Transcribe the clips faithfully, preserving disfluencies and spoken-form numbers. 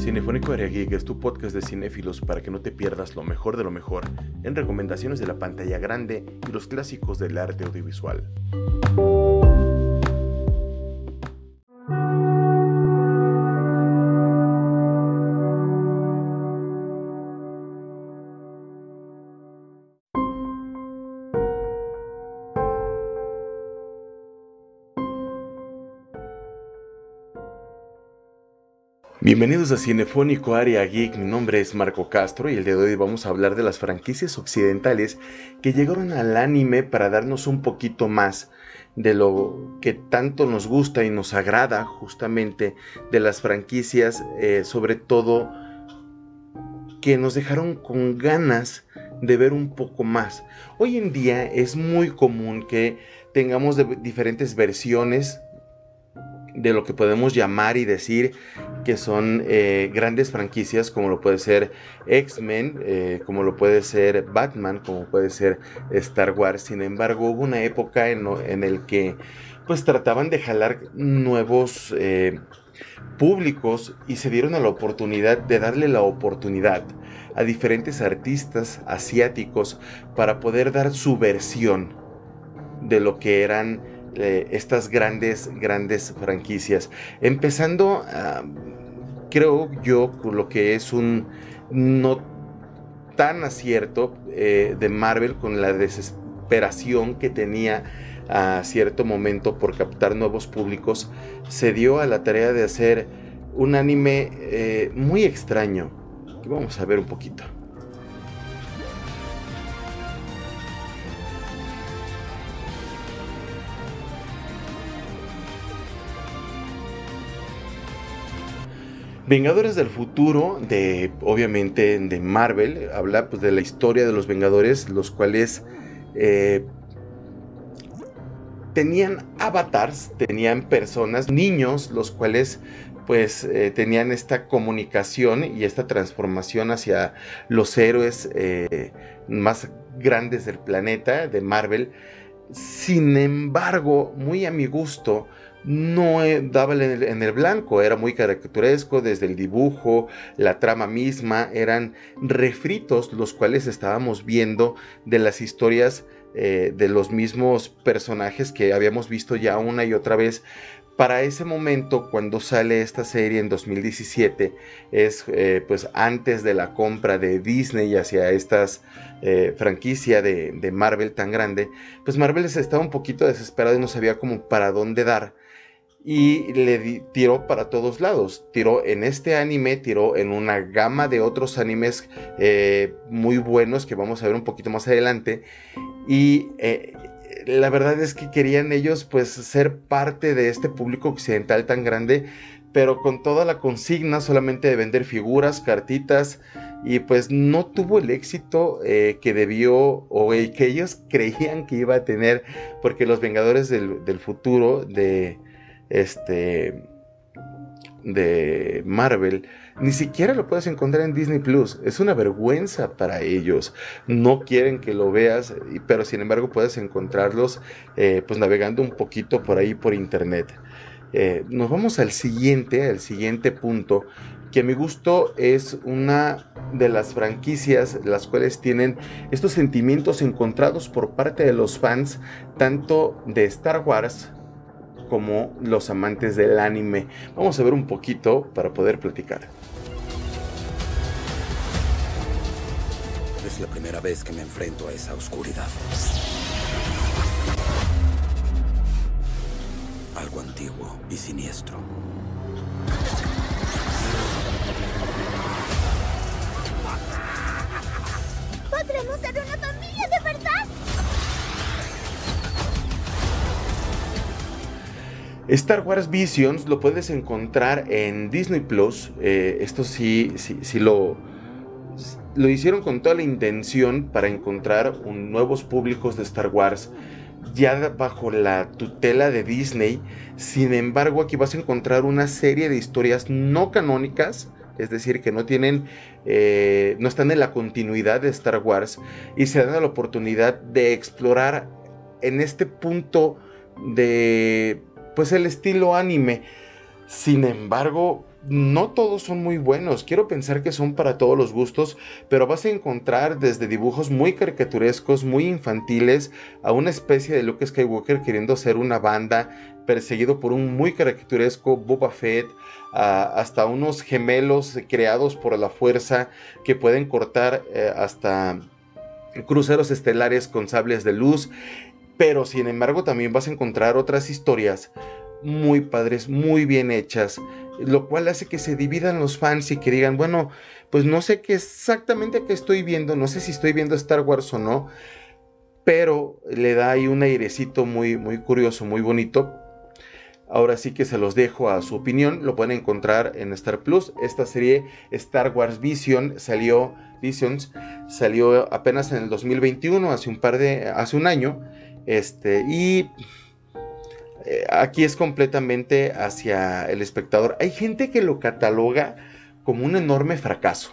Cinefónico Área Geek es tu podcast de cinéfilos para que no te pierdas lo mejor de lo mejor en recomendaciones de la pantalla grande y los clásicos del arte audiovisual. Bienvenidos a Cinefónico Área Geek, mi nombre es Marco Castro y el día de hoy vamos a hablar de las franquicias occidentales que llegaron al anime para darnos un poquito más de lo que tanto nos gusta y nos agrada justamente de las franquicias, eh, sobre todo que nos dejaron con ganas de ver un poco más. Hoy en día es muy común que tengamos de diferentes versiones de lo que podemos llamar y decir que son eh, grandes franquicias, como lo puede ser X-Men, eh, como lo puede ser Batman, como puede ser Star Wars. Sin embargo, hubo una época en, en el que pues trataban de jalar nuevos eh, públicos y se dieron a la oportunidad de darle la oportunidad a diferentes artistas asiáticos para poder dar su versión de lo que eran Eh, estas grandes, grandes franquicias. Empezando, uh, creo yo, con lo que es un no tan acierto eh, de Marvel, con la desesperación que tenía a cierto momento por captar nuevos públicos, se dio a la tarea de hacer un anime eh, muy extraño, que vamos a ver un poquito. Vengadores del futuro, de obviamente de Marvel, habla pues de la historia de los Vengadores, los cuales eh, tenían avatars, tenían personas, niños, los cuales pues eh, tenían esta comunicación y esta transformación hacia los héroes eh, más grandes del planeta, de Marvel. Sin embargo, muy a mi gusto, no daba en el, en el blanco, era muy caricaturesco desde el dibujo, la trama misma, eran refritos los cuales estábamos viendo de las historias eh, de los mismos personajes que habíamos visto ya una y otra vez. Para ese momento, cuando sale esta serie en dos mil diecisiete, es eh, pues antes de la compra de Disney hacia esta eh, franquicia de, de Marvel tan grande, pues Marvel estaba un poquito desesperado y no sabía cómo para dónde dar. Y le di, tiró para todos lados, tiró en este anime, tiró en una gama de otros animes eh, muy buenos que vamos a ver un poquito más adelante. Y eh, la verdad es que querían ellos pues ser parte de este público occidental tan grande, pero con toda la consigna solamente de vender figuras, cartitas, y pues no tuvo el éxito eh, que debió o eh, que ellos creían que iba a tener, porque los Vengadores del, del futuro de este de Marvel ni siquiera lo puedes encontrar en Disney Plus. Es una vergüenza para ellos, no quieren que lo veas, pero sin embargo puedes encontrarlos eh, pues navegando un poquito por ahí por internet. Eh, nos vamos al siguiente al siguiente punto, que a mi gusto es una de las franquicias las cuales tienen estos sentimientos encontrados por parte de los fans tanto de Star Wars como los amantes del anime. Vamos a ver un poquito para poder platicar. Es la primera vez que me enfrento a esa oscuridad. Algo antiguo y siniestro. ¿Podremos ser una familia de verdad? Star Wars Visions lo puedes encontrar en Disney Plus. Eh, esto sí, sí, sí lo, lo hicieron con toda la intención para encontrar un, nuevos públicos de Star Wars, ya bajo la tutela de Disney. Sin embargo, aquí vas a encontrar una serie de historias no canónicas, es decir, que no tienen, eh, no están en la continuidad de Star Wars y se dan la oportunidad de explorar en este punto de pues el estilo anime. Sin embargo, no todos son muy buenos, quiero pensar que son para todos los gustos, pero vas a encontrar desde dibujos muy caricaturescos, muy infantiles, a una especie de Luke Skywalker queriendo ser una banda, perseguido por un muy caricaturesco Boba Fett, a, hasta unos gemelos creados por la fuerza que pueden cortar eh, hasta cruceros estelares con sables de luz. Pero sin embargo también vas a encontrar otras historias muy padres, muy bien hechas, lo cual hace que se dividan los fans y que digan, bueno, pues no sé qué exactamente qué estoy viendo, no sé si estoy viendo Star Wars o no, pero le da ahí un airecito muy, muy curioso, muy bonito. Ahora sí que se los dejo a su opinión, lo pueden encontrar en Star Plus. Esta serie Star Wars Vision salió, Visions salió apenas en el dos mil veintiuno, hace un par de, hace un año, este, y eh, aquí es completamente hacia el espectador. Hay gente que lo cataloga como un enorme fracaso.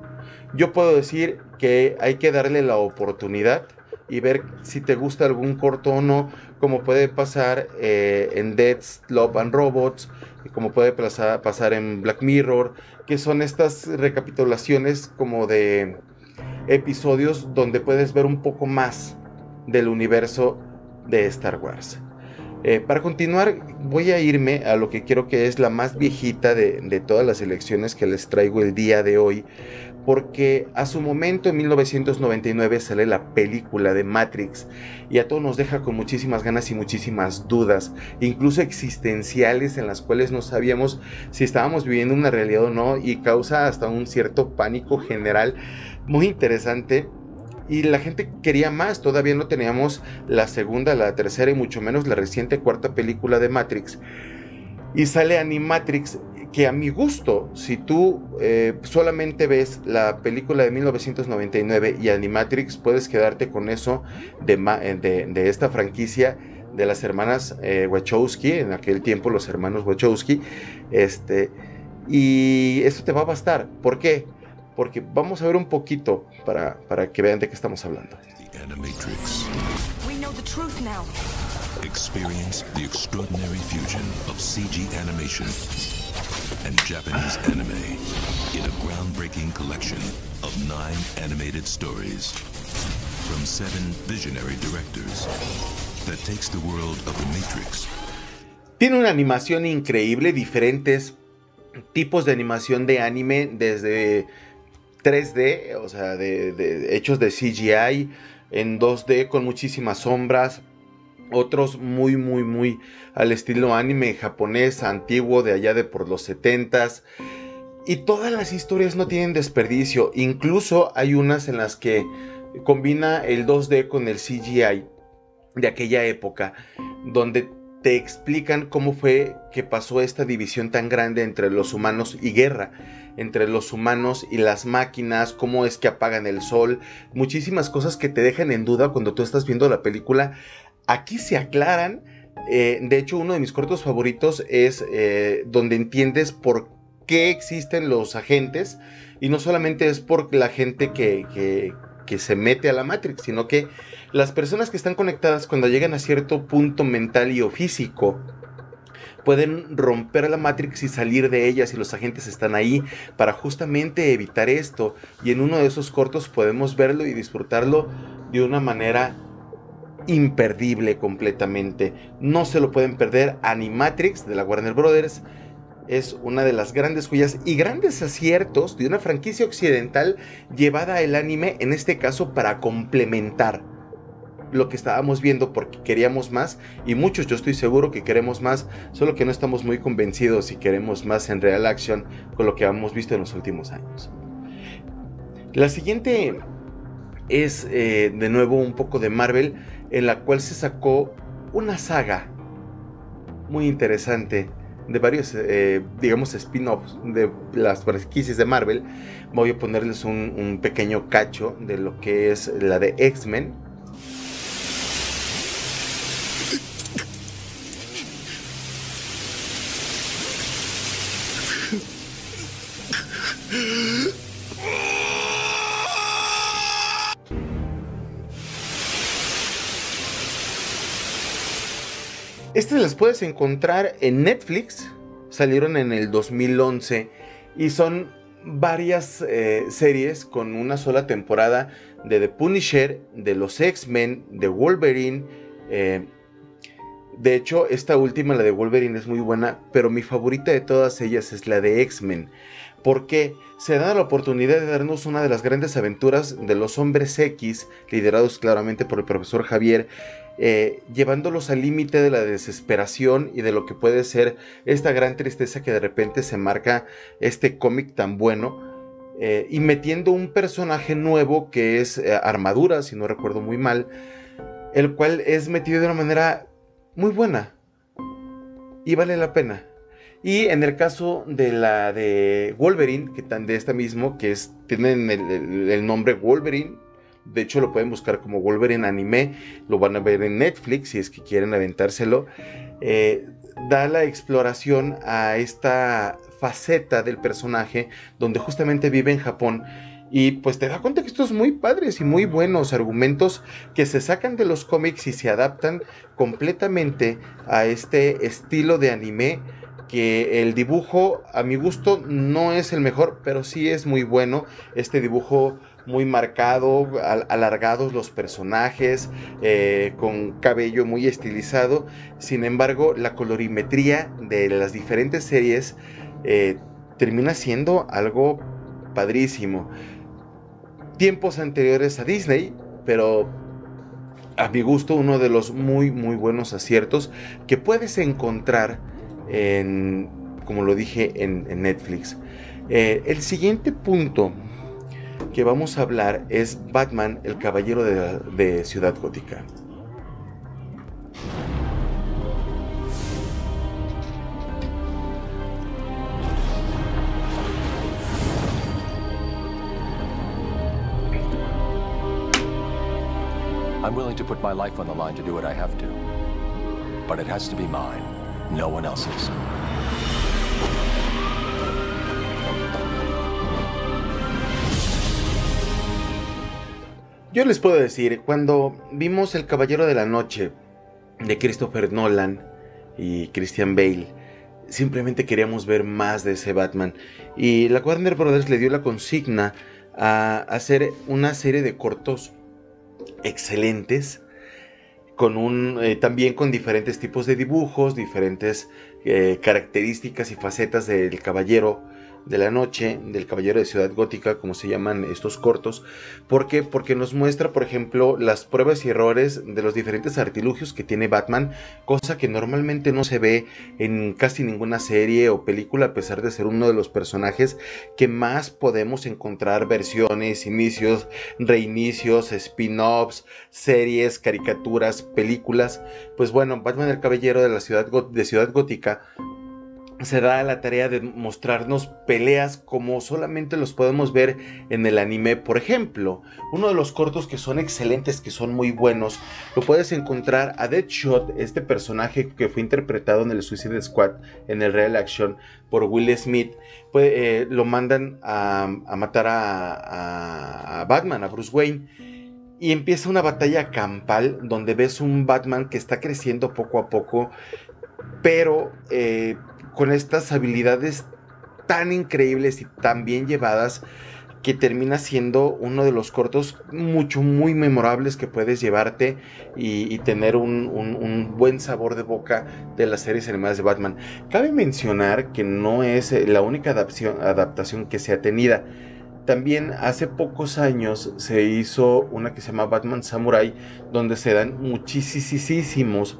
Yo puedo decir que hay que darle la oportunidad y ver si te gusta algún corto o no, como puede pasar eh, en Death, Love and Robots, como puede pasar, pasar en Black Mirror, que son estas recapitulaciones como de episodios donde puedes ver un poco más del universo de Star Wars. Eh, para continuar, voy a irme a lo que creo que es la más viejita de, de todas las selecciones que les traigo el día de hoy, porque a su momento en mil novecientos noventa y nueve sale la película de Matrix y a todos nos deja con muchísimas ganas y muchísimas dudas, incluso existenciales, en las cuales no sabíamos si estábamos viviendo una realidad o no, y causa hasta un cierto pánico general muy interesante. Y la gente quería más, todavía no teníamos la segunda, la tercera y mucho menos la reciente cuarta película de Matrix. Y sale Animatrix, que a mi gusto, si tú eh, solamente ves la película de mil novecientos noventa y nueve y Animatrix, puedes quedarte con eso de, de, de esta franquicia de las hermanas eh, Wachowski, en aquel tiempo los hermanos Wachowski, este, y eso te va a bastar. ¿Por qué? Porque vamos a ver un poquito para, para que vean de qué estamos hablando. The Animatrix. We know the truth now. Experience the extraordinary fusion of C G animation and Japanese anime in a groundbreaking collection of nine animated stories from seven visionary directors that takes the world of the Matrix. Tiene una animación increíble, diferentes tipos de animación de anime, desde tres D, o sea, de, de, hechos de C G I, en dos D con muchísimas sombras, otros muy muy muy al estilo anime japonés antiguo de allá de por los setentas, y todas las historias no tienen desperdicio. Incluso hay unas en las que combina el dos D con el C G I de aquella época, donde te explican cómo fue que pasó esta división tan grande entre los humanos y guerra, entre los humanos y las máquinas, cómo es que apagan el sol, muchísimas cosas que te dejan en duda cuando tú estás viendo la película. Aquí se aclaran, eh, de hecho uno de mis cortos favoritos es eh, donde entiendes por qué existen los agentes, y no solamente es por la gente que, que, que se mete a la Matrix, sino que las personas que están conectadas, cuando llegan a cierto punto mental y o físico, pueden romper la Matrix y salir de ella si los agentes están ahí, para justamente evitar esto. Y en uno de esos cortos podemos verlo y disfrutarlo de una manera imperdible completamente. No se lo pueden perder. Animatrix de la Warner Brothers es una de las grandes joyas y grandes aciertos de una franquicia occidental llevada al anime, en este caso para complementar lo que estábamos viendo, porque queríamos más, y muchos, yo estoy seguro que queremos más, solo que no estamos muy convencidos si queremos más en real action con lo que hemos visto en los últimos años. La siguiente es eh, de nuevo un poco de Marvel, en la cual se sacó una saga muy interesante de varios, eh, digamos, spin-offs de las franquicias de Marvel. Voy a ponerles un, un pequeño cacho de lo que es la de X-Men. Estas las puedes encontrar en Netflix, salieron en el dos mil once y son varias eh, series con una sola temporada de The Punisher, de los X-Men, de Wolverine. Eh, de hecho, esta última, la de Wolverine, es muy buena, pero mi favorita de todas ellas es la de X-Men, porque se da la oportunidad de darnos una de las grandes aventuras de los Hombres X, liderados claramente por el profesor Javier, eh, llevándolos al límite de la desesperación y de lo que puede ser esta gran tristeza que de repente se marca este cómic tan bueno, eh, y metiendo un personaje nuevo que es eh, Armadura, si no recuerdo muy mal, el cual es metido de una manera muy buena y vale la pena. Y en el caso de la de Wolverine, que tan de esta mismo, que es, tienen el, el, el nombre Wolverine, de hecho lo pueden buscar como Wolverine Anime, lo van a ver en Netflix si es que quieren aventárselo, eh, da la exploración a esta faceta del personaje, donde justamente vive en Japón, y pues te da contextos muy padres y muy buenos, argumentos que se sacan de los cómics y se adaptan completamente a este estilo de anime, que el dibujo a mi gusto no es el mejor, pero sí es muy bueno. Este dibujo muy marcado, al, alargados los personajes, eh, con cabello muy estilizado. Sin embargo, la colorimetría de las diferentes series eh, termina siendo algo padrísimo. Tiempos anteriores a Disney, pero a mi gusto uno de los muy muy buenos aciertos que puedes encontrar en, como lo dije, en, en Netflix. Eh, el siguiente punto que vamos a hablar es Batman, el Caballero de, de Ciudad Gótica. I'm willing to put my life on the line to do what I have to, but it has to be mine. No one else's. Yo les puedo decir, cuando vimos El Caballero de la Noche de Christopher Nolan y Christian Bale, simplemente queríamos ver más de ese Batman. Y la Warner Brothers le dio la consigna a hacer una serie de cortos excelentes, con un, eh, también con diferentes tipos de dibujos, diferentes eh, características y facetas del Caballero de la Noche, del Caballero de Ciudad Gótica, como se llaman estos cortos. ¿Por qué? Porque nos muestra, por ejemplo, las pruebas y errores de los diferentes artilugios que tiene Batman, cosa que normalmente no se ve en casi ninguna serie o película, a pesar de ser uno de los personajes que más podemos encontrar versiones, inicios, reinicios, spin-offs, series, caricaturas, películas. Pues bueno, Batman el Caballero de la Ciudad, de Ciudad Gótica se da la tarea de mostrarnos peleas como solamente los podemos ver en el anime. Por ejemplo, uno de los cortos que son excelentes, que son muy buenos, lo puedes encontrar a Deadshot, este personaje que fue interpretado en el Suicide Squad, en el Real Action, por Will Smith. Pues, eh, lo mandan a, a matar a, a, a Batman, a Bruce Wayne, y empieza una batalla campal donde ves un Batman que está creciendo poco a poco, pero eh, con estas habilidades tan increíbles y tan bien llevadas, que termina siendo uno de los cortos mucho, muy memorables que puedes llevarte y, y tener un, un, un buen sabor de boca de las series animadas de Batman. Cabe mencionar que no es la única adaptación, adaptación que se ha tenido. También hace pocos años se hizo una que se llama Batman Samurai, donde se dan muchísimos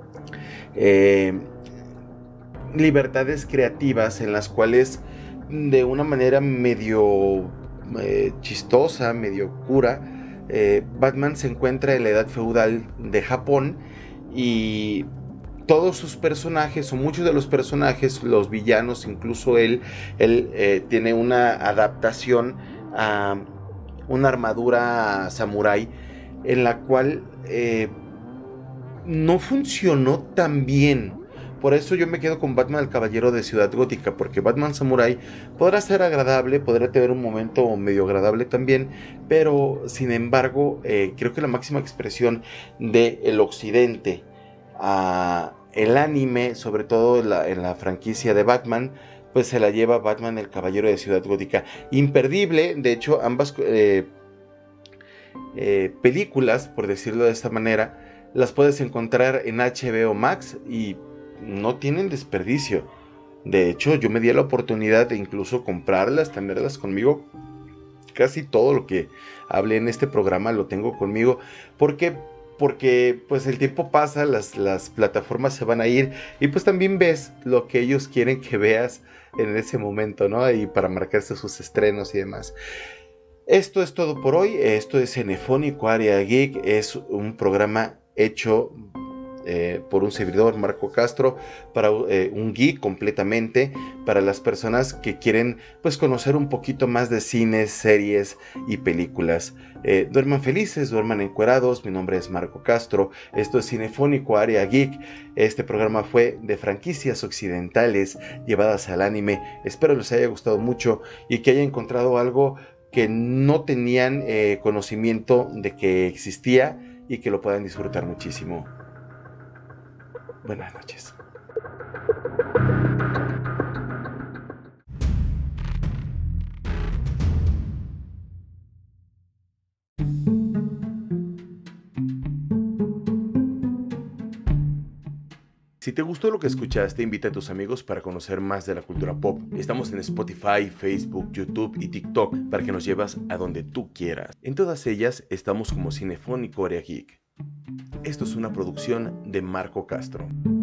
eh, libertades creativas, en las cuales de una manera medio eh, chistosa, medio cura, eh, Batman se encuentra en la edad feudal de Japón, y todos sus personajes, o muchos de los personajes, los villanos, incluso él, él eh, tiene una adaptación a una armadura samurái, en la cual eh, no funcionó tan bien. Por eso yo me quedo con Batman el Caballero de Ciudad Gótica, porque Batman Samurai podrá ser agradable, podrá tener un momento medio agradable también, pero sin embargo eh, creo que la máxima expresión del occidente uh, el anime, sobre todo en la, en la franquicia de Batman, pues se la lleva Batman el Caballero de Ciudad Gótica. Imperdible, de hecho ambas eh, eh, películas, por decirlo de esta manera, las puedes encontrar en H B O Max y no tienen desperdicio. De hecho, yo me di la oportunidad de incluso comprarlas, tenerlas conmigo. Casi todo lo que hablé en este programa lo tengo conmigo. ¿Por qué? Porque pues el tiempo pasa, las, las plataformas se van a ir y pues también ves lo que ellos quieren que veas en ese momento, ¿no? Y para marcarse sus estrenos y demás. Esto es todo por hoy. Esto es Cinefónico Área Geek. Es un programa hecho eh, por un servidor, Marco Castro, para eh, un geek completamente, para las personas que quieren pues conocer un poquito más de cines, series y películas. Eh, duerman felices, duerman encuerados. Mi nombre es Marco Castro. Esto es Cinefónico Área Geek. Este programa fue de franquicias occidentales llevadas al anime. Espero les haya gustado mucho y que haya encontrado algo que no tenían eh, conocimiento de que existía y que lo puedan disfrutar muchísimo. Buenas noches. Si te gustó lo que escuchaste, invita a tus amigos para conocer más de la cultura pop. Estamos en Spotify, Facebook, YouTube y TikTok para que nos llevas a donde tú quieras. En todas ellas estamos como Cinefónico Área Geek. Esto es una producción de Marco Castro.